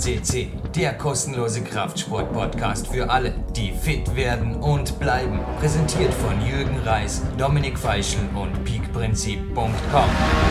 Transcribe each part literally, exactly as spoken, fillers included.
C C, der kostenlose Kraftsport-Podcast für alle, die fit werden und bleiben. Präsentiert von Jürgen Reis, Dominik Feischl und peakprinzip punkt com.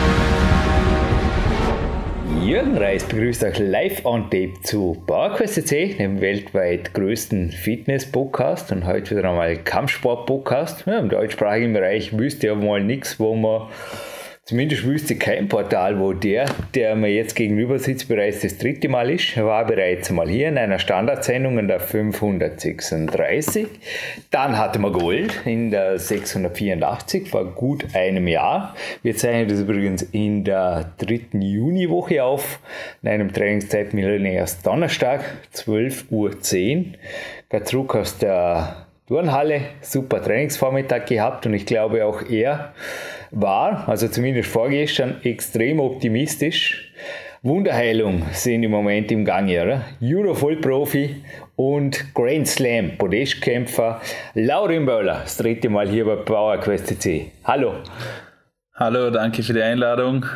Jürgen Reis begrüßt euch live on tape zu PowerQuest C C, dem weltweit größten Fitness-Podcast und heute wieder einmal Kampfsport-Podcast. Ja, im deutschsprachigen Bereich wüsste ja mal nichts, wo man, zumindest wüsste kein Portal, wo der, der mir jetzt gegenüber sitzt, bereits das dritte Mal ist. Er war bereits mal hier in einer Standardsendung in der fünfhundertsechsunddreißig. Dann hatten wir Gold in der sechshundertvierundachtzig, vor gut einem Jahr. Wir zeichnen das übrigens in der dritten Juniwoche auf, in einem Trainingszeitmillion erst Donnerstag, zwölf Uhr zehn. Geht zurück aus der Turnhalle, super Trainingsvormittag gehabt und ich glaube auch er war, also zumindest vorgestern, extrem optimistisch. Wunderheilung sind im Moment im Gange, oder? Judo-Vollprofi und Grand Slam Podestkämpfer Laurin Böhler, das dritte Mal hier bei PowerQuest C C. Hallo. Hallo, danke für die Einladung.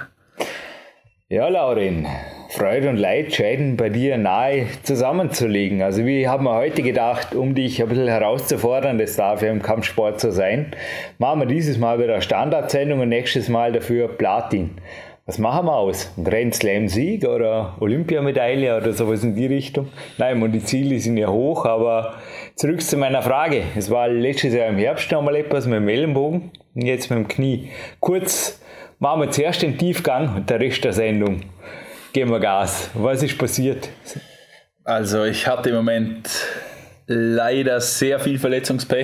Ja, Laurin, Freude und Leid scheinen bei dir nahe zusammenzulegen. Also wie haben wir heute gedacht, um dich ein bisschen herauszufordern, das darf ja im Kampfsport so sein, machen wir dieses Mal wieder eine Standardsendung und nächstes Mal dafür Platin. Was machen wir aus? Ein Grand Slam Sieg oder Olympiamedaille oder sowas in die Richtung? Nein, und die Ziele sind ja hoch, aber zurück zu meiner Frage. Es war letztes Jahr im Herbst noch mal etwas mit dem Ellenbogen und jetzt mit dem Knie. Kurz, machen wir zuerst den Tiefgang und der Rest der Sendung. Geben wir Gas. Was ist passiert? Also ich hatte im Moment leider sehr viel Verletzungspech.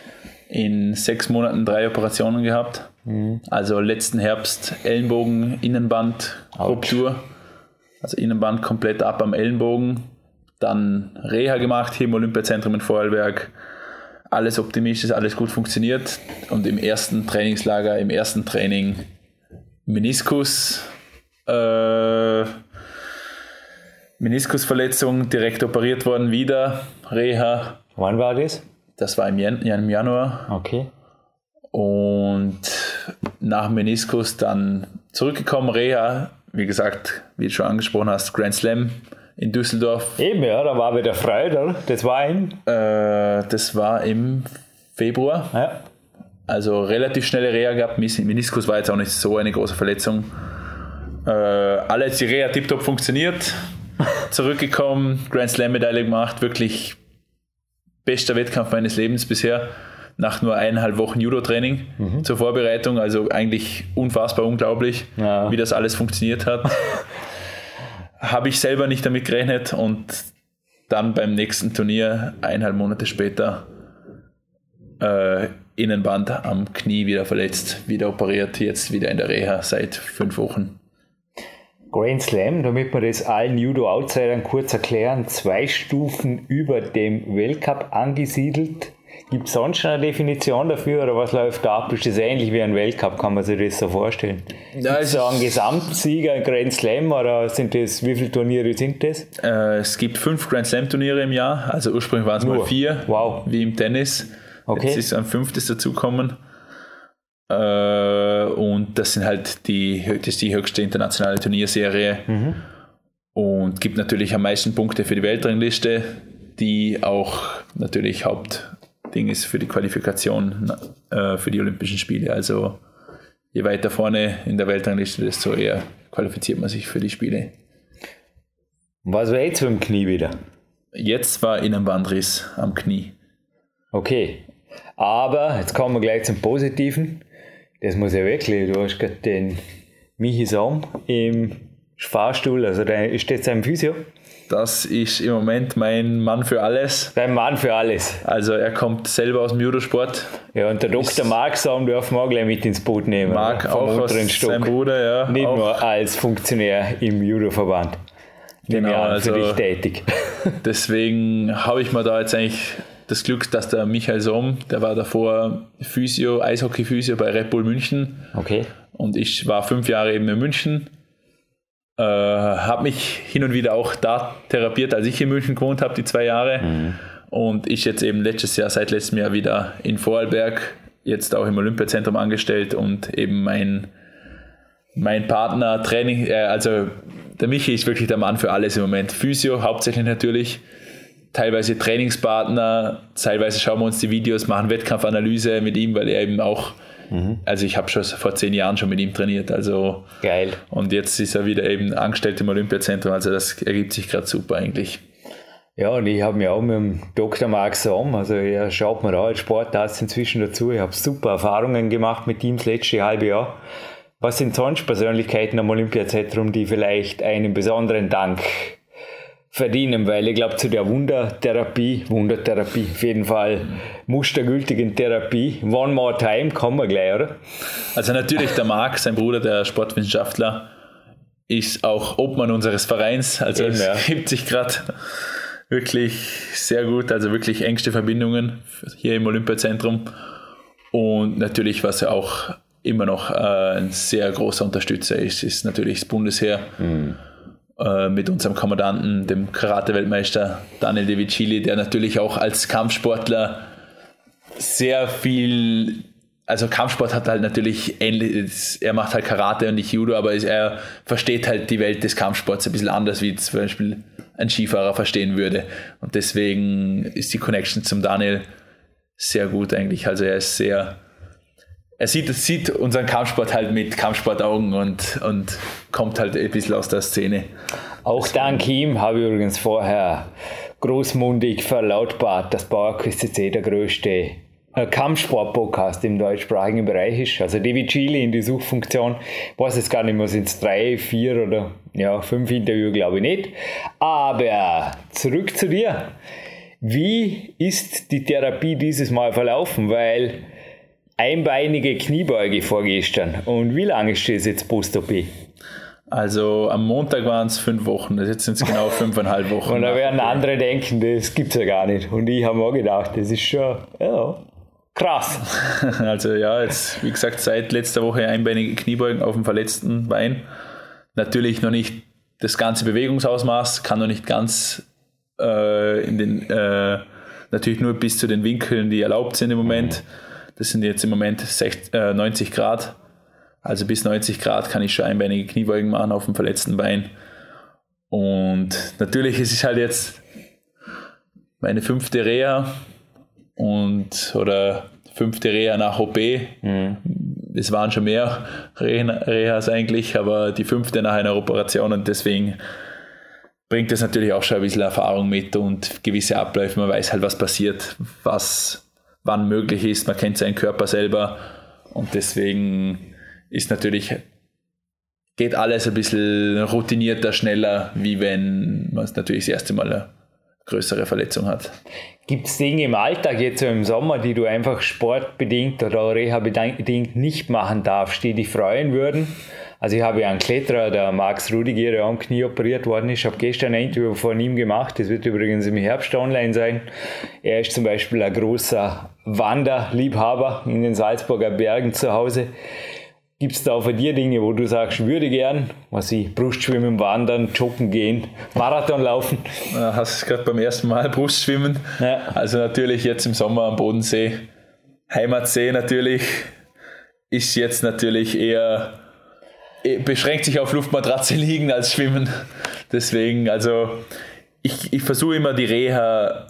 In sechs Monaten drei Operationen gehabt. Mhm. Also letzten Herbst Ellenbogen, Innenband, Ruptur. Also Innenband komplett ab am Ellenbogen. Dann Reha gemacht hier im Olympiazentrum in Vorarlberg. Alles optimistisch, alles gut funktioniert. Und im ersten Trainingslager, im ersten Training Meniskus. Äh, Meniskusverletzung, direkt operiert worden, wieder Reha. Wann war das? Das war im, Jan- im Januar. Okay. Und nach dem Meniskus dann zurückgekommen, Reha. Wie gesagt, wie du schon angesprochen hast, Grand Slam in Düsseldorf. Eben, ja, da war wieder Freude, oder? Das war im? Äh, das war im Februar. Ja. Also relativ schnelle Reha gehabt. Meniskus war jetzt auch nicht so eine große Verletzung. Äh, alles die Reha tiptop funktioniert. Zurückgekommen, Grand Slam Medaille gemacht, wirklich bester Wettkampf meines Lebens bisher, nach nur eineinhalb Wochen Judo-Training mhm. zur Vorbereitung, also eigentlich unfassbar unglaublich, ja. wie das alles funktioniert hat. Habe ich selber nicht damit gerechnet und dann beim nächsten Turnier, eineinhalb Monate später, äh, Innenband am Knie wieder verletzt, wieder operiert, jetzt wieder in der Reha seit fünf Wochen. Grand Slam, damit wir das allen Judo-Outsidern kurz erklären, zwei Stufen über dem Weltcup angesiedelt. Gibt es sonst eine Definition dafür oder was läuft da ab? Ist das ähnlich wie ein Weltcup, kann man sich das so vorstellen? Ja, ist so ein Gesamtsieger, ein Grand Slam oder sind das, wie viele Turniere sind das? Äh, es gibt fünf Grand Slam Turniere im Jahr, also ursprünglich waren es mal vier, wow. wie im Tennis. Okay. Jetzt ist ein fünftes dazugekommen. Äh, und das sind halt die, das ist die höchste internationale Turnierserie mhm. und gibt natürlich am meisten Punkte für die Weltrangliste, die auch natürlich Hauptding ist für die Qualifikation äh, für die Olympischen Spiele. Also je weiter vorne in der Weltrangliste, desto eher qualifiziert man sich für die Spiele. Was war jetzt mit dem Knie wieder? Jetzt war Innenbandriss am Knie. Okay, aber jetzt kommen wir gleich zum Positiven. Das muss ja wirklich, du hast gerade den Michi Somm im Fahrstuhl, also der, ist das ein Physio? Das ist im Moment mein Mann für alles. Dein Mann für alles. Also er kommt selber aus dem Judosport. Ja, und der Doktor Marc Somm dürfen wir auch gleich mit ins Boot nehmen. Marc auch aus sein Bruder, ja. Nicht auch. nur als Funktionär im Judoverband. Genau, Jahr also für dich tätig. Deswegen habe ich mir da jetzt eigentlich das Glück, dass der Michael Somm, der war davor Physio, Eishockey-Physio bei Red Bull München. Okay. Und ich war fünf Jahre eben in München. Äh, habe mich hin und wieder auch da therapiert, als ich in München gewohnt habe, die zwei Jahre. Mhm. Und ich jetzt eben letztes Jahr, seit letztem Jahr wieder in Vorarlberg, jetzt auch im Olympiazentrum angestellt und eben mein mein Partner, Training, äh, also der Michi ist wirklich der Mann für alles im Moment. Physio hauptsächlich natürlich, teilweise Trainingspartner, teilweise schauen wir uns die Videos, machen Wettkampfanalyse mit ihm, weil er eben auch, mhm. also ich habe schon vor zehn Jahren schon mit ihm trainiert, also geil. Und jetzt ist er wieder eben angestellt im Olympiazentrum, also das ergibt sich gerade super eigentlich. Ja, und ich habe mich auch mit dem Doktor Marc Somm, also er schaut mir auch als Sportarzt inzwischen dazu, ich habe super Erfahrungen gemacht mit ihm das letzte halbe Jahr. Was sind sonst Persönlichkeiten am Olympiazentrum, die vielleicht einen besonderen Dank verdienen, weil ich glaube, zu der Wundertherapie, Wundertherapie, auf jeden Fall mustergültigen Therapie, one more time, kommen wir gleich, oder? Also natürlich der Marc, sein Bruder, der Sportwissenschaftler, ist auch Obmann unseres Vereins, also eben, es ja. gibt sich gerade wirklich sehr gut, also wirklich engste Verbindungen hier im Olympiazentrum und natürlich, was ja auch immer noch äh, ein sehr großer Unterstützer ist, ist natürlich das Bundesheer. Mhm. Mit unserem Kommandanten, dem Karate-Weltmeister Daniel De Vicili, der natürlich auch als Kampfsportler sehr viel, also Kampfsport hat halt natürlich ähnlich, er macht halt Karate und nicht Judo, aber er versteht halt die Welt des Kampfsports ein bisschen anders, wie zum Beispiel ein Skifahrer verstehen würde. Und deswegen ist die Connection zum Daniel sehr gut eigentlich. Also er ist sehr, er sieht, sieht unseren Kampfsport halt mit Kampfsportaugen und, und kommt halt ein bisschen aus der Szene. Auch dank ihm habe ich übrigens vorher großmundig verlautbart, dass PowerQuest C C der größte Kampfsport-Podcast im deutschsprachigen Bereich ist. Also De Vicili in die Suchfunktion. Ich weiß jetzt gar nicht mehr, sind es drei, vier oder ja, fünf Interviews, glaube ich nicht. Aber zurück zu dir. Wie ist die Therapie dieses Mal verlaufen? Weil einbeinige Kniebeuge vorgestern. Und wie lange ist das jetzt Post-O P? Also am Montag waren es fünf Wochen, jetzt sind es genau fünfeinhalb Wochen. Und da werden andere denken, das gibt es ja gar nicht. Und ich habe mir auch gedacht, das ist schon ja, krass. Also ja, jetzt wie gesagt seit letzter Woche einbeinige Kniebeugen auf dem verletzten Bein. Natürlich noch nicht das ganze Bewegungsausmaß, kann noch nicht ganz äh, in den, äh, natürlich nur bis zu den Winkeln, die erlaubt sind im Moment. Das sind jetzt im Moment sechzig, äh, neunzig Grad. Also bis neunzig Grad kann ich schon einbeinige Kniebeugen machen auf dem verletzten Bein. Und natürlich ist es halt jetzt meine fünfte Reha und oder fünfte Reha nach O P. Mhm. Es waren schon mehr Rehas eigentlich, aber die fünfte nach einer Operation und deswegen bringt es natürlich auch schon ein bisschen Erfahrung mit und gewisse Abläufe. Man weiß halt, was passiert, was wann möglich ist. Man kennt seinen Körper selber und deswegen ist natürlich, geht alles ein bisschen routinierter, schneller, wie wenn man es natürlich das erste Mal eine größere Verletzung hat. Gibt es Dinge im Alltag jetzt so im Sommer, die du einfach sportbedingt oder reha-bedingt nicht machen darfst, die dich freuen würden? Also ich habe ja einen Kletterer, der Max Rudiger, der am Knie operiert worden ist. Ich habe gestern ein Interview von ihm gemacht, das wird übrigens im Herbst online sein. Er ist zum Beispiel ein großer Wanderliebhaber in den Salzburger Bergen zu Hause. Gibt es da für dir Dinge, wo du sagst, würde gern, was ich, Brustschwimmen, Wandern, Joggen gehen, Marathon laufen? Ja, hast du gerade beim ersten Mal Brustschwimmen. Ja. Also natürlich jetzt im Sommer am Bodensee. Heimatsee natürlich ist jetzt natürlich eher, beschränkt sich auf Luftmatratze liegen als schwimmen. Deswegen, also ich, ich versuche immer die Reha,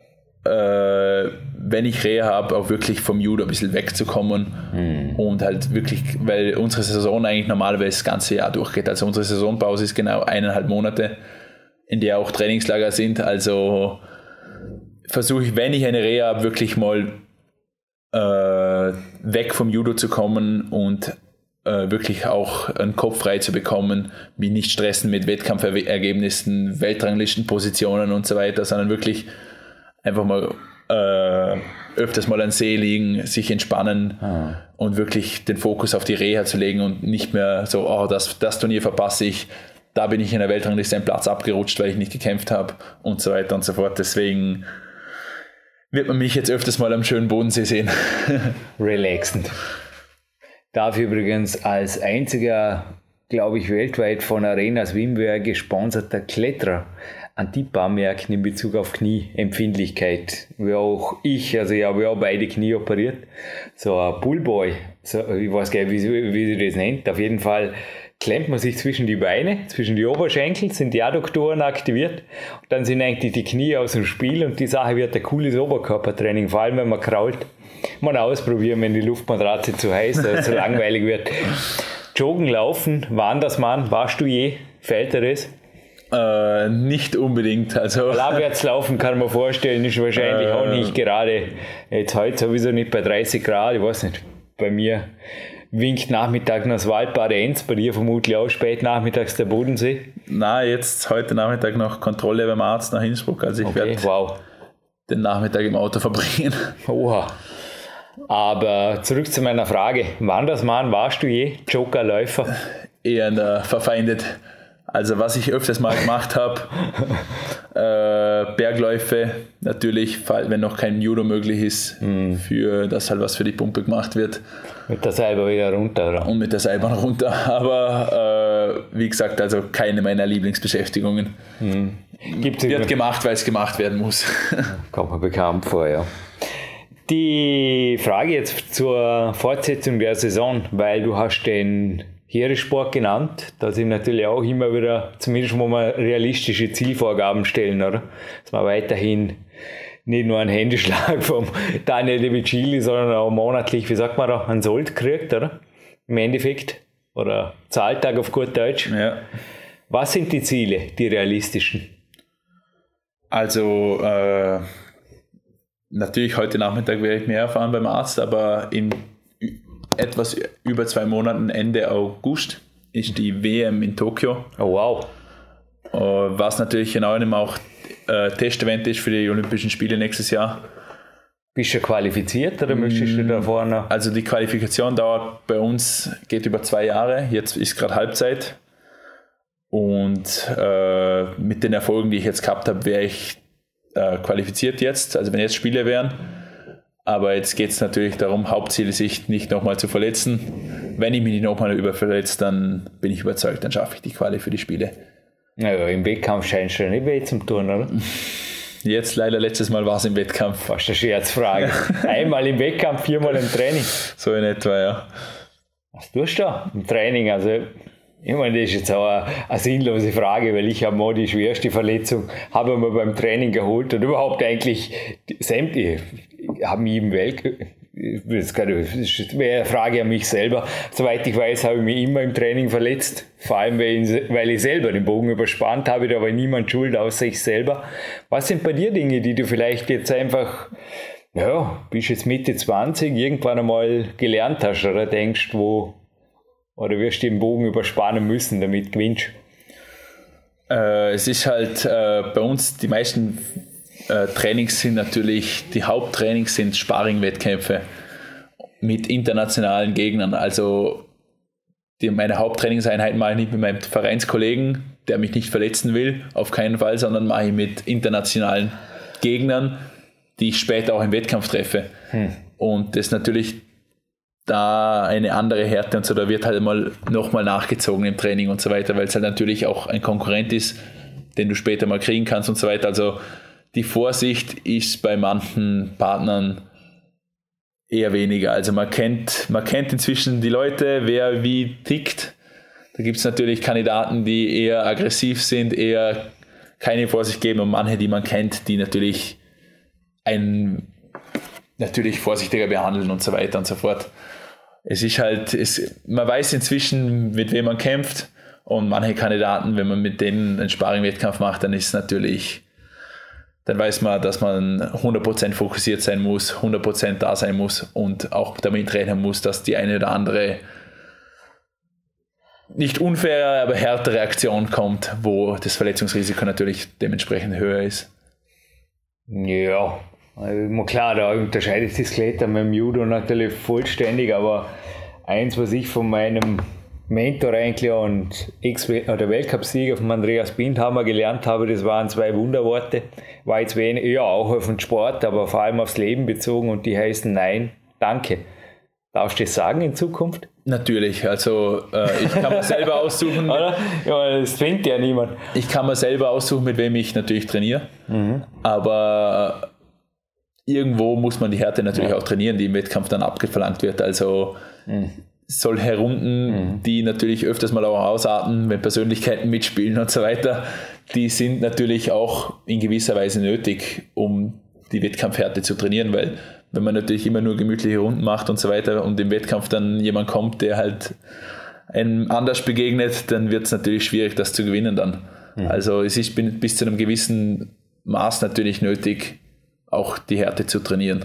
äh, wenn ich Reha habe, auch wirklich vom Judo ein bisschen wegzukommen mhm. und halt wirklich, weil unsere Saison eigentlich normalerweise das ganze Jahr durchgeht. Also unsere Saisonpause ist genau eineinhalb Monate, in der auch Trainingslager sind. Also versuche ich, wenn ich eine Reha habe, wirklich mal äh, weg vom Judo zu kommen und äh, wirklich auch einen Kopf frei zu bekommen, wie nicht stressen mit Wettkampfergebnissen, Weltranglistenpositionen und so weiter, sondern wirklich einfach mal äh, öfters mal an See liegen, sich entspannen ah. und wirklich den Fokus auf die Reha zu legen und nicht mehr so, oh, das, das Turnier verpasse ich, da bin ich in der Weltrangliste einen Platz abgerutscht, weil ich nicht gekämpft habe und so weiter und so fort. Deswegen wird man mich jetzt öfters mal am schönen Bodensee sehen. Relaxend. Darf übrigens als einziger, glaube ich, weltweit von Arena Swimwear gesponserter Kletterer einen Tipp anmerken in Bezug auf Knieempfindlichkeit. Wie auch ich, also ich habe ja beide Knie operiert. So ein Pullboy, so, ich weiß gar nicht, wie, wie sie das nennt. Auf jeden Fall klemmt man sich zwischen die Beine, zwischen die Oberschenkel, sind die Adduktoren aktiviert und dann sind eigentlich die Knie aus dem Spiel und die Sache wird ein cooles Oberkörpertraining, vor allem wenn man krault. Mal ausprobieren, wenn die Luftmatratze zu heiß oder zu langweilig wird. Joggen, Laufen, Wandersmann, warst du je? Fällt dir das? Äh, nicht unbedingt. Also abwärts laufen kann man vorstellen, ist wahrscheinlich äh, auch nicht gerade jetzt heute sowieso nicht bei dreißig Grad, ich weiß nicht. Bei mir winkt Nachmittag noch das Waldbad Enz, bei dir vermutlich auch spät nachmittags der Bodensee. Na, jetzt heute Nachmittag noch Kontrolle beim Arzt nach Innsbruck, also ich okay, werde wow. den Nachmittag im Auto verbringen. Oha. Aber zurück zu meiner Frage, Wandersmann, warst du je Joker, Läufer? Eher verfeindet. Also was ich öfters mal gemacht habe, äh, Bergläufe natürlich, wenn noch kein Judo möglich ist, mm. für das halt was für die Pumpe gemacht wird. Mit der Seilbahn wieder runter, oder? Und mit der Seilbahn runter, aber äh, wie gesagt, also keine meiner Lieblingsbeschäftigungen. Mm. Gibt's wird gemacht, weil es gemacht werden muss. Kommt mir bekannt vor, ja. Die Frage jetzt zur Fortsetzung der Saison, weil du hast den Heeresport genannt, da sind natürlich auch immer wieder, zumindest wo wir realistische Zielvorgaben stellen, oder? Dass man weiterhin nicht nur einen Händeschlag vom Daniel De Vicilli, sondern auch monatlich, wie sagt man da, einen Sold kriegt, oder? Im Endeffekt. Oder Zahltag auf gut Deutsch. Ja. Was sind die Ziele, die realistischen? Also, äh, natürlich heute Nachmittag werde ich mehr erfahren beim Arzt, aber in etwas über zwei Monaten, Ende August, ist die W M in Tokio. Oh wow. Was natürlich genau auch äh, Testevent ist für die Olympischen Spiele nächstes Jahr. Bist du qualifiziert oder möchtest du da vorne? Also die Qualifikation dauert bei uns, geht über zwei Jahre. Jetzt ist gerade Halbzeit. Und äh, mit den Erfolgen, die ich jetzt gehabt habe, wäre ich äh, qualifiziert jetzt. Also wenn jetzt Spiele wären. Aber jetzt geht es natürlich darum, Hauptziel sich nicht nochmal zu verletzen. Wenn ich mich nicht nochmal überverletze, dann bin ich überzeugt, dann schaffe ich die Quali für die Spiele. Naja, im Wettkampf scheinst du nicht weh zum Tun, oder? Jetzt leider, letztes Mal war es im Wettkampf. Fast eine Scherzfrage. Einmal im Wettkampf, viermal im Training. So in etwa, ja. Was tust du da im Training? Also, ich meine, das ist jetzt auch eine, eine sinnlose Frage, weil ich habe mal die schwerste Verletzung habe mir beim Training geholt und überhaupt eigentlich sämtliche haben mich im Welt, das wäre eine Frage an mich selber. Soweit ich weiß, habe ich mich immer im Training verletzt, vor allem weil ich selber den Bogen überspannt habe, da war niemand schuld außer ich selber. Was sind bei dir Dinge, die du vielleicht jetzt einfach, ja, bist jetzt Mitte zwanzig, irgendwann einmal gelernt hast oder denkst, wo, oder wirst du den Bogen überspannen müssen, damit du gewinnst? Äh, es ist halt äh, bei uns die meisten Äh, Trainings sind natürlich, die Haupttrainings sind Sparring-Wettkämpfe mit internationalen Gegnern. Also die, meine Haupttrainingseinheit mache ich nicht mit meinem Vereinskollegen, der mich nicht verletzen will, auf keinen Fall, sondern mache ich mit internationalen Gegnern, die ich später auch im Wettkampf treffe. Hm. Und das ist natürlich da eine andere Härte und so, da wird halt mal nochmal nachgezogen im Training und so weiter, weil es halt natürlich auch ein Konkurrent ist, den du später mal kriegen kannst und so weiter. Also die Vorsicht ist bei manchen Partnern eher weniger. Also man kennt, man kennt inzwischen die Leute, wer wie tickt. Da gibt es natürlich Kandidaten, die eher aggressiv sind, eher keine Vorsicht geben und manche, die man kennt, die natürlich einen natürlich vorsichtiger behandeln und so weiter und so fort. Es ist halt, es, man weiß inzwischen, mit wem man kämpft und manche Kandidaten, wenn man mit denen einen Sparring-Wettkampf macht, dann ist es natürlich, dann weiß man, dass man hundert Prozent fokussiert sein muss, hundert Prozent da sein muss und auch damit rechnen muss, dass die eine oder andere nicht unfaire, aber härtere Aktion kommt, wo das Verletzungsrisiko natürlich dementsprechend höher ist. Ja, also klar, da unterscheidet sich das Klettern mit dem Judo natürlich vollständig, aber eins, was ich von meinem Mentor eigentlich und Ex- oder Weltcupsieger von Andreas Bindhammer gelernt habe, das waren zwei Wunderworte. War jetzt wenig, ja auch auf den Sport, aber vor allem aufs Leben bezogen und die heißen Nein, danke. Darfst du das sagen in Zukunft? Natürlich, also äh, ich kann mir selber aussuchen. Oder? Ja, das zwingt ja niemand. Ich kann mir selber aussuchen, mit wem ich natürlich trainiere. Mhm. Aber irgendwo muss man die Härte natürlich ja. auch trainieren, die im Wettkampf dann abverlangt wird. Also mhm. solche Runden, mhm. die natürlich öfters mal auch ausarten, wenn Persönlichkeiten mitspielen und so weiter, die sind natürlich auch in gewisser Weise nötig, um die Wettkampfhärte zu trainieren, weil wenn man natürlich immer nur gemütliche Runden macht und so weiter und im Wettkampf dann jemand kommt, der halt einem anders begegnet, dann wird es natürlich schwierig, das zu gewinnen dann. Mhm. Also es ist bis zu einem gewissen Maß natürlich nötig, auch die Härte zu trainieren.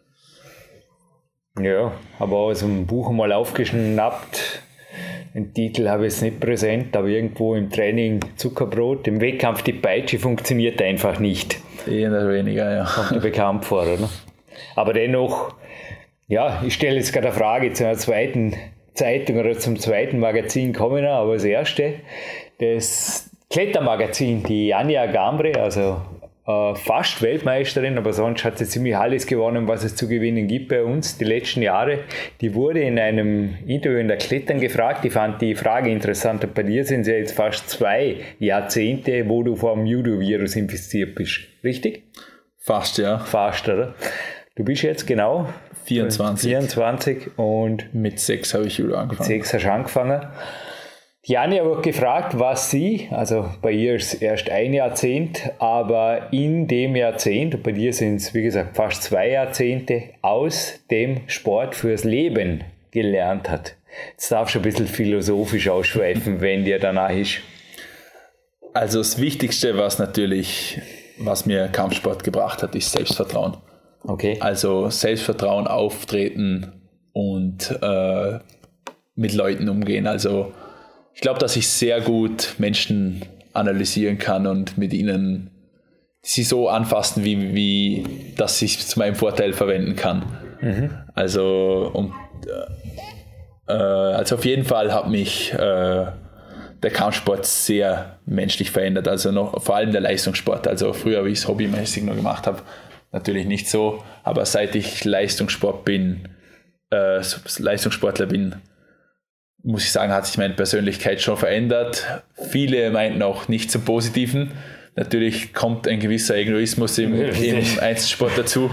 Ja, habe aus dem Buch mal aufgeschnappt. Den Titel habe ich jetzt nicht präsent, aber irgendwo im Training Zuckerbrot. Im Wettkampf die Peitsche funktioniert einfach nicht. Eher oder weniger, ja. Kommt dir bekannt vor, oder? Aber dennoch, ja, ich stelle jetzt gerade eine Frage zu einer zweiten Zeitung oder zum zweiten Magazin kommen, aber das erste, das Klettermagazin, die Anja Gambre, also äh, fast Weltmeisterin, aber sonst hat sie ziemlich alles gewonnen, was es zu gewinnen gibt bei uns die letzten Jahre. Die wurde in einem Interview in der Klettern gefragt. Ich fand die Frage interessant. Bei dir sind es ja jetzt fast zwei Jahrzehnte, wo du vom Judo-Virus infiziert bist. Richtig? Fast, ja. Fast, oder? Du bist jetzt genau vierundzwanzig. vierundzwanzig und mit sechs habe ich Judo angefangen. Mit sechs hast du angefangen. Die Anja wird gefragt, was sie, also bei ihr ist es erst ein Jahrzehnt, aber in dem Jahrzehnt, und bei dir sind es wie gesagt fast zwei Jahrzehnte, aus dem Sport fürs Leben gelernt hat. Jetzt darfst du ein bisschen philosophisch ausschweifen, wenn dir danach ist. Also das Wichtigste, was natürlich, was mir Kampfsport gebracht hat, ist Selbstvertrauen. Okay. Also Selbstvertrauen, auftreten und äh, mit Leuten umgehen. Also ich glaube, dass ich sehr gut Menschen analysieren kann und mit ihnen sie so anfassen, wie, wie dass ich es zu meinem Vorteil verwenden kann. Mhm. Also, und, äh, also auf jeden Fall hat mich äh, der Kampfsport sehr menschlich verändert. Also noch, vor allem der Leistungssport. Also früher, wie ich es hobbymäßig noch gemacht habe, natürlich nicht so, aber seit ich Leistungssport bin, äh, Leistungssportler bin, muss ich sagen, hat sich meine Persönlichkeit schon verändert. Viele meinten auch nicht zum Positiven. Natürlich kommt ein gewisser Egoismus im, im Einzelsport dazu,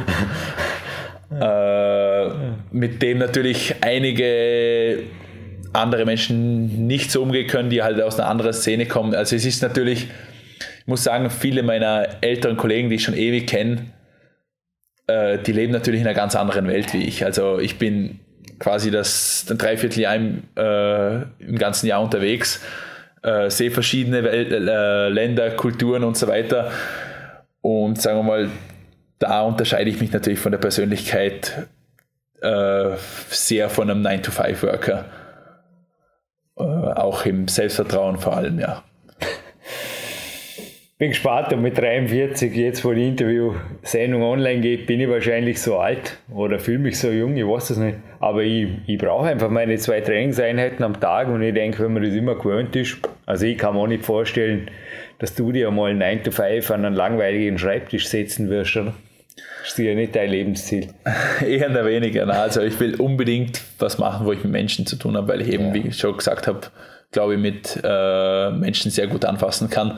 äh, mit dem natürlich einige andere Menschen nicht so umgehen können, die halt aus einer anderen Szene kommen. Also es ist natürlich, ich muss sagen, viele meiner älteren Kollegen, die ich schon ewig kenne, die leben natürlich in einer ganz anderen Welt wie ich. Also ich bin quasi das ein Dreivierteljahr im, äh, im ganzen Jahr unterwegs, äh, sehe verschiedene Welt, äh, Länder, Kulturen und so weiter. Und sagen wir mal, da unterscheide ich mich natürlich von der Persönlichkeit äh, sehr von einem nine to five Worker. Äh, auch im Selbstvertrauen vor allem, ja. Bin gespannt, und mit dreiundvierzig, jetzt wo die Interview-Sendung online geht, bin ich wahrscheinlich so alt oder fühle mich so jung, ich weiß es nicht. Aber ich, ich brauche einfach meine zwei Trainingseinheiten am Tag und ich denke, wenn man das immer gewöhnt ist, also ich kann mir auch nicht vorstellen, dass du dir mal nine to five an einen langweiligen Schreibtisch setzen wirst, oder? Das ist ja nicht dein Lebensziel. Eher oder weniger. Also ich will unbedingt was machen, wo ich mit Menschen zu tun habe, weil ich eben, ja. wie ich schon gesagt habe, glaube ich, mit äh, Menschen sehr gut anfassen kann.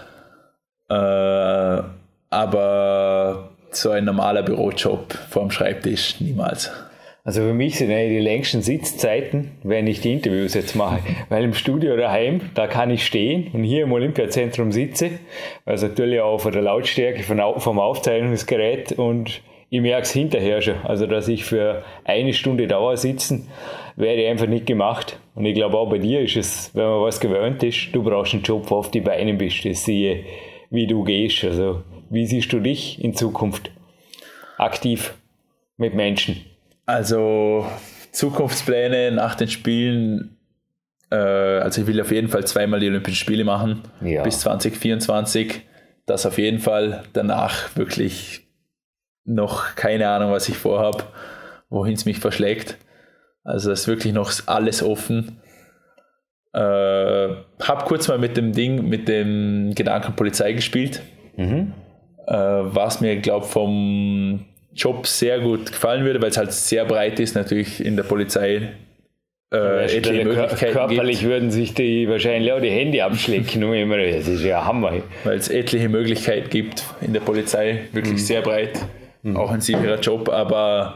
Äh, aber so ein normaler Bürojob vorm Schreibtisch niemals. Also für mich sind die längsten Sitzzeiten, wenn ich die Interviews jetzt mache, weil im Studio daheim, da kann ich stehen und hier im Olympiazentrum sitze, also natürlich auch von der Lautstärke vom Aufzeichnungsgerät, und ich merke es hinterher schon, also dass ich für eine Stunde Dauer sitzen, wäre einfach nicht gemacht. Und ich glaube auch bei dir ist es, wenn man was gewöhnt ist, du brauchst einen Job, wo auf die Beine bist, das sehe, wie du gehst. Also wie siehst du dich in Zukunft aktiv mit Menschen? Also Zukunftspläne nach den Spielen, äh, also ich will auf jeden Fall zweimal die Olympischen Spiele machen, ja. bis zwanzig vierundzwanzig. Das auf jeden Fall. Danach wirklich noch keine Ahnung, was ich vorhabe, wohin es mich verschlägt. Also das ist wirklich noch alles offen. Äh, habe kurz mal mit dem Ding, mit dem Gedanken Polizei gespielt, mhm. äh, was mir, glaube vom Job sehr gut gefallen würde, weil es halt sehr breit ist, natürlich in der Polizei äh, etliche Möglichkeiten körperlich gibt. würden sich die wahrscheinlich auch die Hände abschlecken. Das ist ja Hammer. Weil es etliche Möglichkeiten gibt in der Polizei, wirklich mhm. sehr breit, mhm. auch ein sicherer Job, aber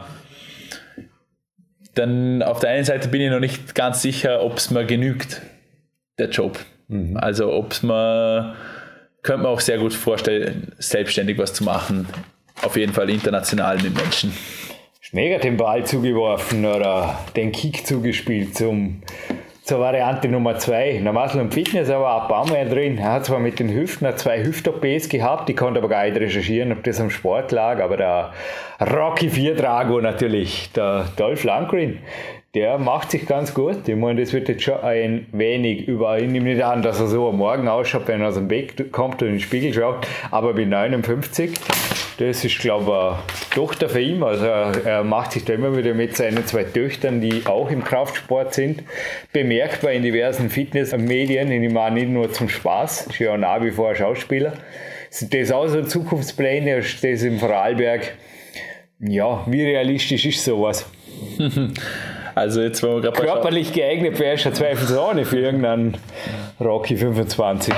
dann auf der einen Seite bin ich noch nicht ganz sicher, ob es mir genügt, der Job. Mhm. Also ob es mir, könnte man auch sehr gut vorstellen, selbstständig was zu machen, auf jeden Fall international mit Menschen. Schneeger den Ball zugeworfen oder den Kick zugespielt zum, zur Variante Nummer zwei. Na, Muscle und Fitness, aber ein paar Mal drin. Er hat zwar mit den Hüften zwei Hüft-O Ps gehabt, ich konnte aber gar nicht recherchieren, ob das am Sport lag, aber der Rocky vier Drago natürlich, der Dolph Lundgren, der macht sich ganz gut. Ich meine, das wird jetzt schon ein wenig über ihn. Ich nehme nicht an, dass er so am Morgen ausschaut, wenn er aus dem Bett kommt und in den Spiegel schaut, aber mit neunundfünfzig, das ist, glaube ich, eine Tochter für ihn. Also er macht sich da immer wieder mit seinen zwei Töchtern, die auch im Kraftsport sind, bemerkbar in diversen Fitnessmedien. Ich meine nicht nur zum Spaß, ist ja nach wie vor ein Schauspieler. Sind das auch so Zukunftspläne? Ist das im Vorarlberg? Ja, wie realistisch ist sowas? Also jetzt, wo wir gerade körperlich geeignet wärst du zweifelsohne für irgendeinen Rocky fünfundzwanzig.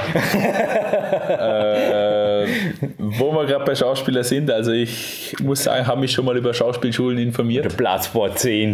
äh, wo wir gerade bei Schauspielern sind, also ich muss sagen, habe mich schon mal über Schauspielschulen informiert. Der Platzsport zehn.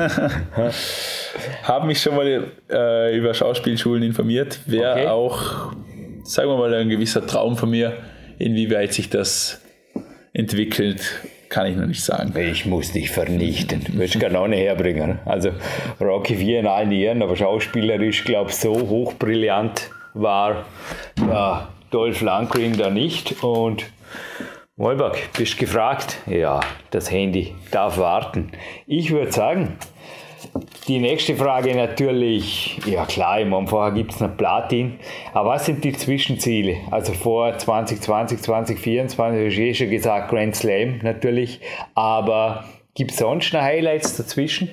Habe mich schon mal äh, über Schauspielschulen informiert. Wäre okay. Auch, sagen wir mal, ein gewisser Traum von mir, inwieweit sich das entwickelt. Kann ich noch nicht sagen. Ich muss dich vernichten. Du willst gar nicht herbringen. Also Rocky vier in allen Ehren, aber schauspielerisch, glaube ich, so hochbrillant war ja, Dolph Lundgren da nicht. Und Molberg, bist gefragt? Ja, das Handy darf warten. Ich würde sagen, die nächste Frage natürlich, ja klar, im vorher gibt es noch Platin, aber was sind die Zwischenziele? Also vor zwanzig zwanzig, zwanzig vierundzwanzig, habe ich eh schon gesagt, Grand Slam natürlich, aber gibt es sonst noch Highlights dazwischen?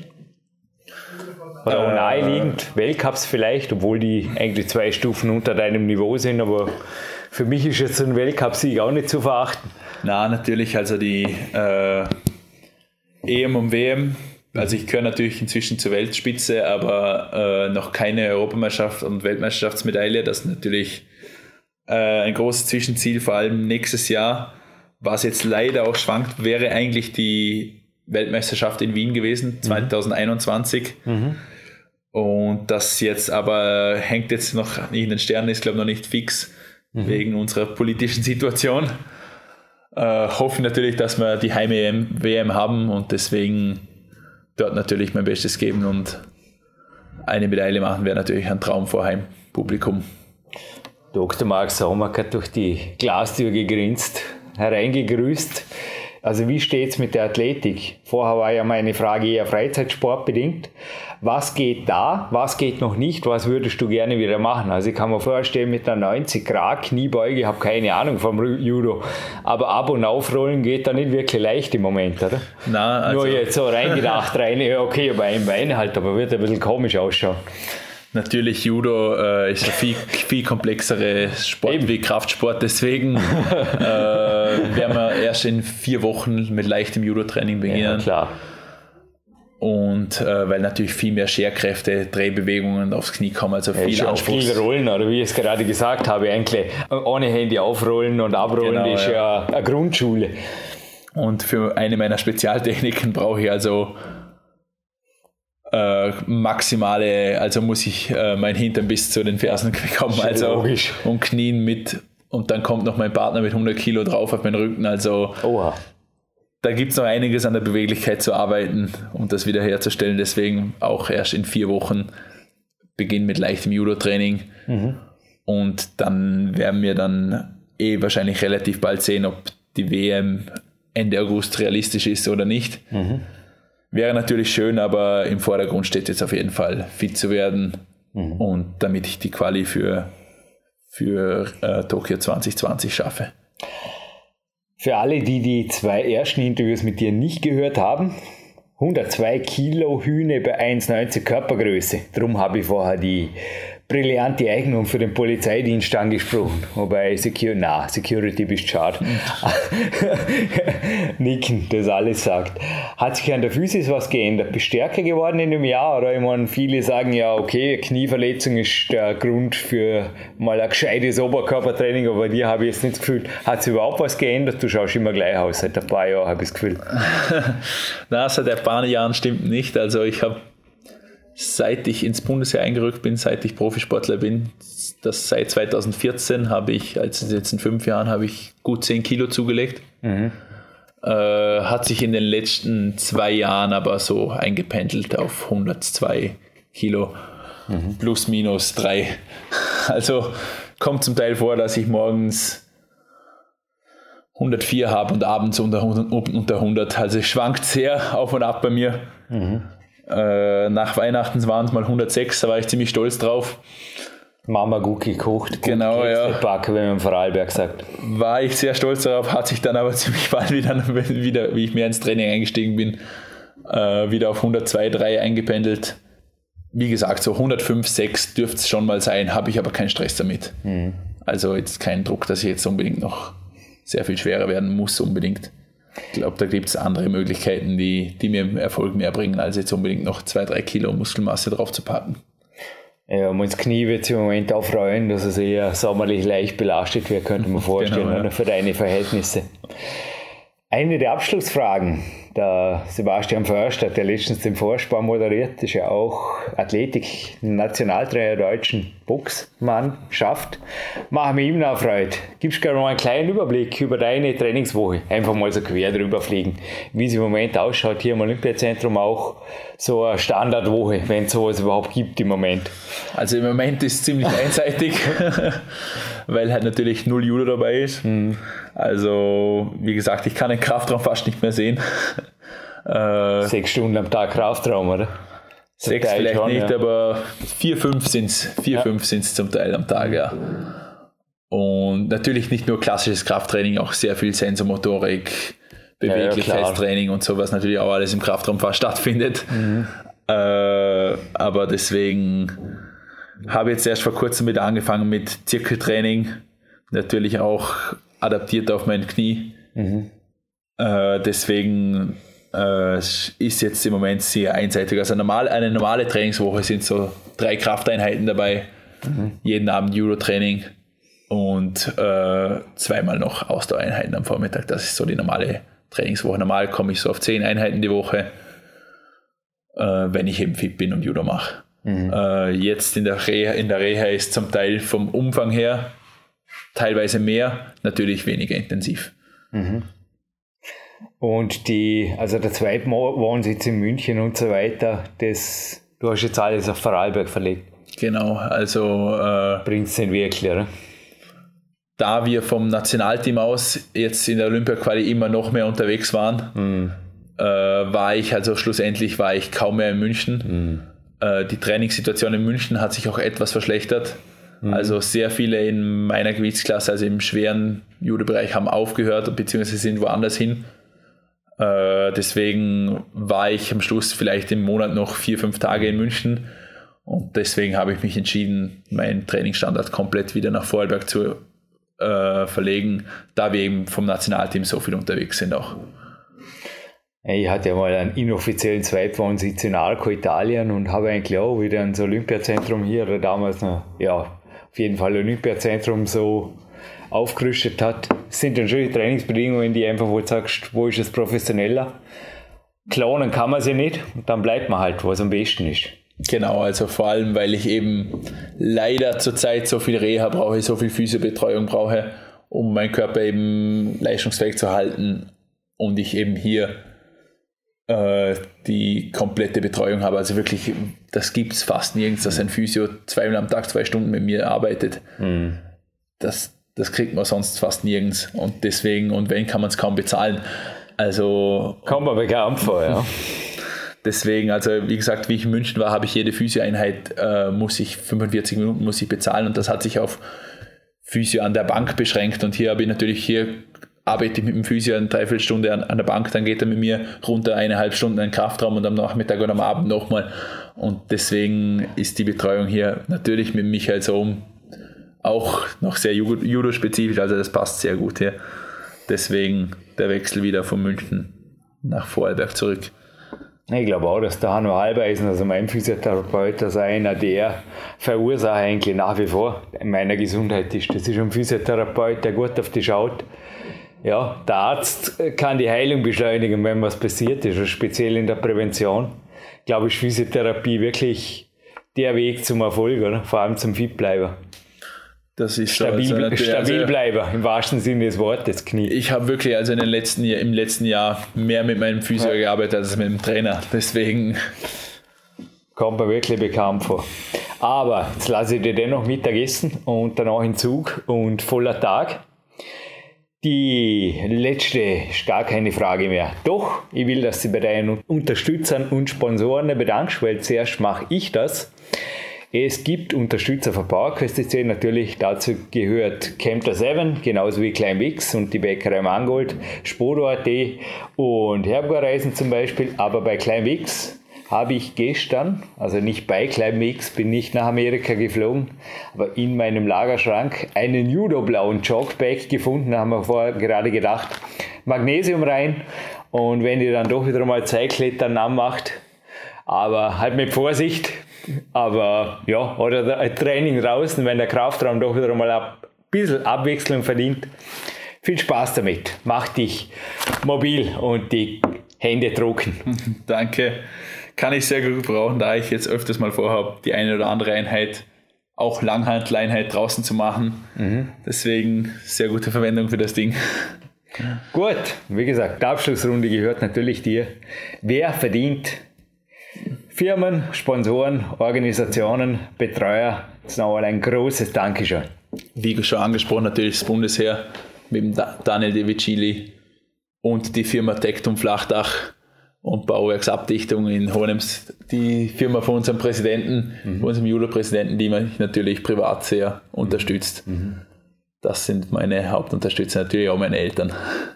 Oder auch naheliegend, Weltcups vielleicht, obwohl die eigentlich zwei Stufen unter deinem Niveau sind, aber für mich ist jetzt so ein Weltcup-Sieg auch nicht zu verachten. Na, natürlich, also die äh, E M und W M. Also ich gehöre natürlich inzwischen zur Weltspitze, aber äh, noch keine Europameisterschaft und Weltmeisterschaftsmedaille. Das ist natürlich äh, ein großes Zwischenziel, vor allem nächstes Jahr. Was jetzt leider auch schwankt, wäre eigentlich die Weltmeisterschaft in Wien gewesen, zwanzig einundzwanzig. Mhm. Und das jetzt aber hängt jetzt noch nicht in den Sternen, ist glaube ich noch nicht fix, mhm. wegen unserer politischen Situation. Äh, hoffen natürlich, dass wir die Heim-W M haben und deswegen dort natürlich mein Bestes geben und eine Medaille machen wäre natürlich ein Traum vor Heimpublikum. Doktor Marc Saumack hat durch die Glastür gegrinst, hereingegrüßt. Also wie steht es mit der Athletik? Vorher war ja meine Frage eher freizeitsportbedingt. Was geht da? Was geht noch nicht? Was würdest du gerne wieder machen? Also ich kann mir vorstellen, mit einer neunzig Grad Kniebeuge, ich habe keine Ahnung vom Judo, aber ab und aufrollen geht da nicht wirklich leicht im Moment, oder? Nein, also nur jetzt so reingedacht, rein, ja okay, aber ein Bein halt, aber wird ein bisschen komisch ausschauen. Natürlich, Judo äh, ist ein viel, viel komplexere Sport Eben. wie Kraftsport, deswegen äh, werden wir erst in vier Wochen mit leichtem Judo-Training beginnen. Ja, klar. Und äh, weil natürlich viel mehr Scherkräfte, Drehbewegungen aufs Knie kommen, also viel ja, Anspruch. Viel Rollen, oder wie ich es gerade gesagt habe, eigentlich ohne Handy aufrollen und abrollen, genau, ist ja, ja eine Grundschule. Und für eine meiner Spezialtechniken brauche ich also äh, maximale, also muss ich äh, mein Hintern bis zu den Fersen bekommen, also logisch. Und Knien mit, und dann kommt noch mein Partner mit hundert Kilo drauf auf meinen Rücken, also Oha. Da gibt es noch einiges an der Beweglichkeit zu arbeiten, um das wieder herzustellen. Deswegen auch erst in vier Wochen Beginn mit leichtem Judo-Training. Mhm. Und dann werden wir dann eh wahrscheinlich relativ bald sehen, ob die W M Ende August realistisch ist oder nicht. Mhm. Wäre natürlich schön, aber im Vordergrund steht jetzt auf jeden Fall fit zu werden. Mhm. Und damit ich die Quali für, für äh, Tokio zwanzig zwanzig schaffe. Für alle, die die zwei ersten Interviews mit dir nicht gehört haben, hundertzwei Kilo Hühne bei eins neunzig Körpergröße. Darum habe ich vorher die brillante Eignung für den Polizeidienst angesprochen. Wobei Secure, na, Security bist schade. Nicken, das alles sagt. Hat sich an der Physis was geändert? Bist du stärker geworden in dem Jahr? Oder ich meine, viele sagen ja, okay, Knieverletzung ist der Grund für mal ein gescheites Oberkörpertraining, aber bei dir habe ich jetzt nicht das Gefühl, hat sich überhaupt was geändert? Du schaust immer gleich aus, seit ein paar Jahren habe ich das Gefühl. Na, seit ein paar Jahren stimmt nicht. Also ich habe, seit ich ins Bundesheer eingerückt bin, seit ich Profisportler bin, das seit zwanzig vierzehn habe ich, also in den letzten fünf Jahren, habe ich gut zehn Kilo zugelegt. Mhm. Äh, hat sich in den letzten zwei Jahren aber so eingependelt auf hundertzwei Kilo, mhm. plus minus drei. Also kommt zum Teil vor, dass ich morgens hundertvier habe und abends unter hundert. Also es schwankt sehr auf und ab bei mir. Mhm. Äh, nach Weihnachten waren es mal hundertsechs, da war ich ziemlich stolz drauf. Mama gut gekocht. Genau, ja. Backen, wenn man Vorarlberg sagt. War ich sehr stolz darauf, hat sich dann aber ziemlich bald wieder, wieder wie ich mehr ins Training eingestiegen bin, äh, wieder auf hundertzwei, drei eingependelt. Wie gesagt, so hundertfünf, sechs dürfte es schon mal sein, habe ich aber keinen Stress damit. Mhm. Also jetzt keinen Druck, dass ich jetzt unbedingt noch sehr viel schwerer werden muss unbedingt. Ich glaube, da gibt es andere Möglichkeiten, die, die mir Erfolg mehr bringen, als jetzt unbedingt noch zwei, drei Kilo Muskelmasse drauf zu packen. Ja, um ins Knie wird es im Moment auch freuen, dass es eher sommerlich leicht belastet wird, könnte man vorstellen, genau, ja. Oder für deine Verhältnisse. Eine der Abschlussfragen, der Sebastian Förster, der letztens den Vorspann moderiert, ist ja auch Athletik-Nationaltrainer der deutschen Boxmannschaft. Machen wir ihm noch Freude. Gibst du gerne mal einen kleinen Überblick über deine Trainingswoche? Einfach mal so quer drüber fliegen, wie es im Moment ausschaut, hier im Olympiazentrum auch so eine Standardwoche, wenn es sowas überhaupt gibt im Moment. Also im Moment ist es ziemlich einseitig, weil halt natürlich null Judo dabei ist. Mhm. Also, wie gesagt, ich kann den Kraftraum fast nicht mehr sehen. Äh, Sechs Stunden am Tag Kraftraum, oder? Sechs vielleicht schon, nicht, ja. Aber vier, fünf sind es vier, ja. fünf sind's zum Teil am Tag, ja. Und natürlich nicht nur klassisches Krafttraining, auch sehr viel Sensormotorik, Beweglichkeitstraining ja, ja, und sowas natürlich auch alles im Kraftraum fast stattfindet. Mhm. Äh, aber deswegen habe ich jetzt erst vor kurzem wieder angefangen mit Zirkeltraining, natürlich auch adaptiert auf mein Knie. Mhm. Äh, deswegen äh, ist jetzt im Moment sehr einseitig. Also normal, eine normale Trainingswoche sind so drei Krafteinheiten dabei, mhm. jeden Abend Judo-Training und äh, zweimal noch Ausdauereinheiten am Vormittag. Das ist so die normale Trainingswoche. Normal komme ich so auf zehn Einheiten die Woche, äh, wenn ich eben fit bin und Judo mache. Mhm. Äh, jetzt in der Reha, in der Reha ist zum Teil vom Umfang her teilweise mehr, natürlich weniger intensiv. Mhm. Und die, also der zweite Wohnsitz in München und so weiter, das, du hast jetzt alles auf Vorarlberg verlegt. Genau, also äh, bringt es denn wirklich, oder? Da wir vom Nationalteam aus jetzt in der Olympia-Quali immer noch mehr unterwegs waren, mhm. äh, war ich, also schlussendlich war ich kaum mehr in München. Mhm. Äh, die Trainingssituation in München hat sich auch etwas verschlechtert. Mhm. Also sehr viele in meiner Gewichtsklasse, also im schweren Judo-Bereich, haben aufgehört bzw. sind woanders hin. Äh, deswegen war ich am Schluss vielleicht im Monat noch vier, fünf Tage in München und deswegen habe ich mich entschieden, meinen Trainingsstandard komplett wieder nach Vorarlberg zu äh, verlegen, da wir eben vom Nationalteam so viel unterwegs sind auch. Ich hatte ja mal einen inoffiziellen Zweitwohnsitz in Arco, Italien und habe eigentlich auch wieder ins Olympiazentrum hier, oder damals noch, ja, auf jeden Fall Olympiazentrum so aufgerüstet hat. Das sind dann schon die Trainingsbedingungen, die einfach, wo du sagst, wo ist es professioneller? Klonen kann man sie nicht und dann bleibt man halt, was am besten ist. Genau, also vor allem, weil ich eben leider zurzeit so viel Reha brauche, so viel Physiobetreuung brauche, um meinen Körper eben leistungsfähig zu halten und ich eben hier äh, die komplette Betreuung habe. Also wirklich, das gibt es fast nirgends, dass ein Physio zweimal am Tag zwei Stunden mit mir arbeitet. Mhm. Das Das kriegt man sonst fast nirgends und deswegen, und wenn, kann man es kaum bezahlen. Also kommt man bekannt vor, ja. Deswegen, also wie gesagt, wie ich in München war, habe ich jede Physio-Einheit, äh, muss ich fünfundvierzig Minuten muss ich bezahlen und das hat sich auf Physio an der Bank beschränkt und hier habe ich natürlich, hier arbeite ich mit dem Physio eine Dreiviertelstunde an, an der Bank, dann geht er mit mir runter eineinhalb Stunden in den Kraftraum und am Nachmittag oder am Abend nochmal. Und deswegen ist die Betreuung hier natürlich mit Michael Sohm auch noch sehr Judo-spezifisch, also das passt sehr gut hier. Deswegen der Wechsel wieder von München nach Vorarlberg zurück. Ich glaube auch, dass der Hanno Halbeisen, also mein Physiotherapeut, also einer der Verursacher eigentlich nach wie vor in meiner Gesundheit ist. Das ist ein Physiotherapeut, der gut auf dich schaut. Ja, der Arzt kann die Heilung beschleunigen, wenn was passiert ist, also speziell in der Prävention. Ich glaube, ist Physiotherapie wirklich der Weg zum Erfolg, oder? Vor allem zum Fitbleiben. Das ist stabil, so, also stabil also, bleiben, im wahrsten Sinne des Wortes, Knie. Ich habe wirklich also in den letzten, im letzten Jahr mehr mit meinem Physio ja. gearbeitet als mit dem Trainer. Deswegen kommt mir wirklich bekannt vor. Aber jetzt lasse ich dir dennoch Mittagessen und danach in Zug und voller Tag. Die letzte ist gar keine Frage mehr. Doch, ich will, dass du bei deinen Unterstützern und Sponsoren bedankst, weil zuerst mache ich das. Es gibt Unterstützer von PowerQuest Punkt C, natürlich dazu gehört Camper sieben, genauso wie Climbx und die Bäckerei Mangold, Spodo Punkt A T und Herbergerreisen zum Beispiel. Aber bei Climbx habe ich gestern, also nicht bei Climbx, bin nicht nach Amerika geflogen, aber in meinem Lagerschrank einen Judo-blauen Jogbag gefunden. Da haben wir vorher gerade gedacht, Magnesium rein, und wenn ihr dann doch wieder mal Zeigklettern anmacht, aber halt mit Vorsicht. Aber ja, oder ein Training draußen, wenn der Kraftraum doch wieder mal ein bisschen Abwechslung verdient. Viel Spaß damit. Mach dich mobil und die Hände trocken. Danke. Kann ich sehr gut brauchen, da ich jetzt öfters mal vorhabe, die eine oder andere Einheit, auch Langhanteleinheit draußen zu machen. Mhm. Deswegen sehr gute Verwendung für das Ding. Gut, wie gesagt, die Abschlussrunde gehört natürlich dir. Wer verdient? Firmen, Sponsoren, Organisationen, Betreuer, das ist nochmal ein großes Dankeschön. Wie schon angesprochen, natürlich das Bundesheer mit dem Daniel De Vicili und die Firma Tektum Flachdach und Bauwerksabdichtung in Hohenems, die Firma von unserem Präsidenten, mhm. von unserem Judo-Präsidenten, die mich natürlich privat sehr unterstützt. Mhm. Das sind meine Hauptunterstützer, natürlich auch meine Eltern.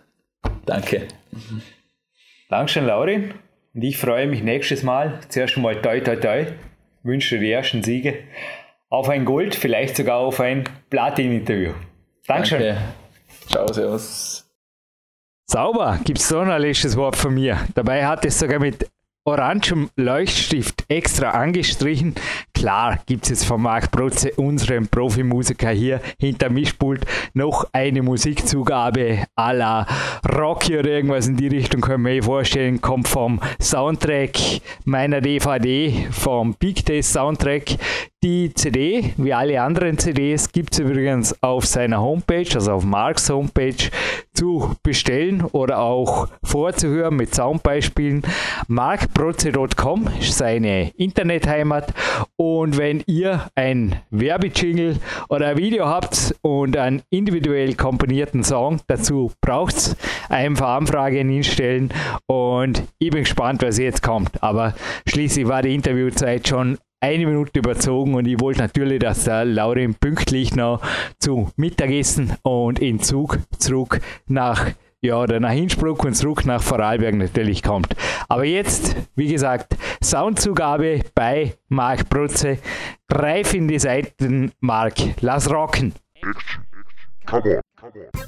Danke. Mhm. Dankeschön, Laurin. Und ich freue mich nächstes Mal, zuerst einmal toi toi toi, wünsche dir die ersten Siege, auf ein Gold, vielleicht sogar auf ein Platin-Interview. Dankeschön. Danke. Ciao, servus. Sauber, gibt es noch ein letztes Wort von mir. Dabei hat es sogar mit orangem Leuchtstift extra angestrichen. Klar gibt es jetzt von Marc Protze, unserem Profimusiker hier hinter Mischpult, noch eine Musikzugabe à la Rocky oder irgendwas in die Richtung, können wir eh vorstellen, kommt vom Soundtrack meiner D V D, vom Big Test Soundtrack. Die C D, wie alle anderen C Ds, gibt es übrigens auf seiner Homepage, also auf Marks Homepage, zu bestellen oder auch vorzuhören mit Soundbeispielen. mark protze punkt com ist seine Internetheimat. Und wenn ihr ein Werbejingle oder ein Video habt und einen individuell komponierten Song dazu braucht, einfach Anfragen hinstellen. Und ich bin gespannt, was jetzt kommt. Aber schließlich war die Interviewzeit schon eine Minute überzogen und ich wollte natürlich, dass der Laurin pünktlich noch zu Mittagessen und in Zug zurück nach, ja, oder nach Innsbruck und zurück nach Vorarlberg natürlich kommt. Aber jetzt, wie gesagt, Soundzugabe bei Marc Protze. Greif in die Seiten, Marc. Lass rocken. Come on, come on.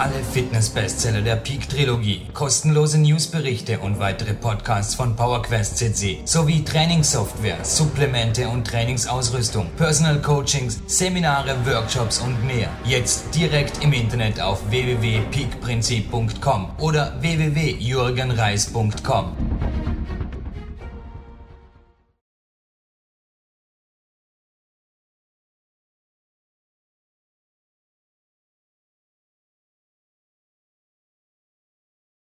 alle Fitness-Bestseller der Peak-Trilogie, kostenlose Newsberichte und weitere Podcasts von PowerQuest C C sowie Trainingssoftware, Supplemente und Trainingsausrüstung, Personal Coachings, Seminare, Workshops und mehr. Jetzt direkt im Internet auf w w w punkt peak prinzip punkt com oder w w w punkt jürgen reis punkt com.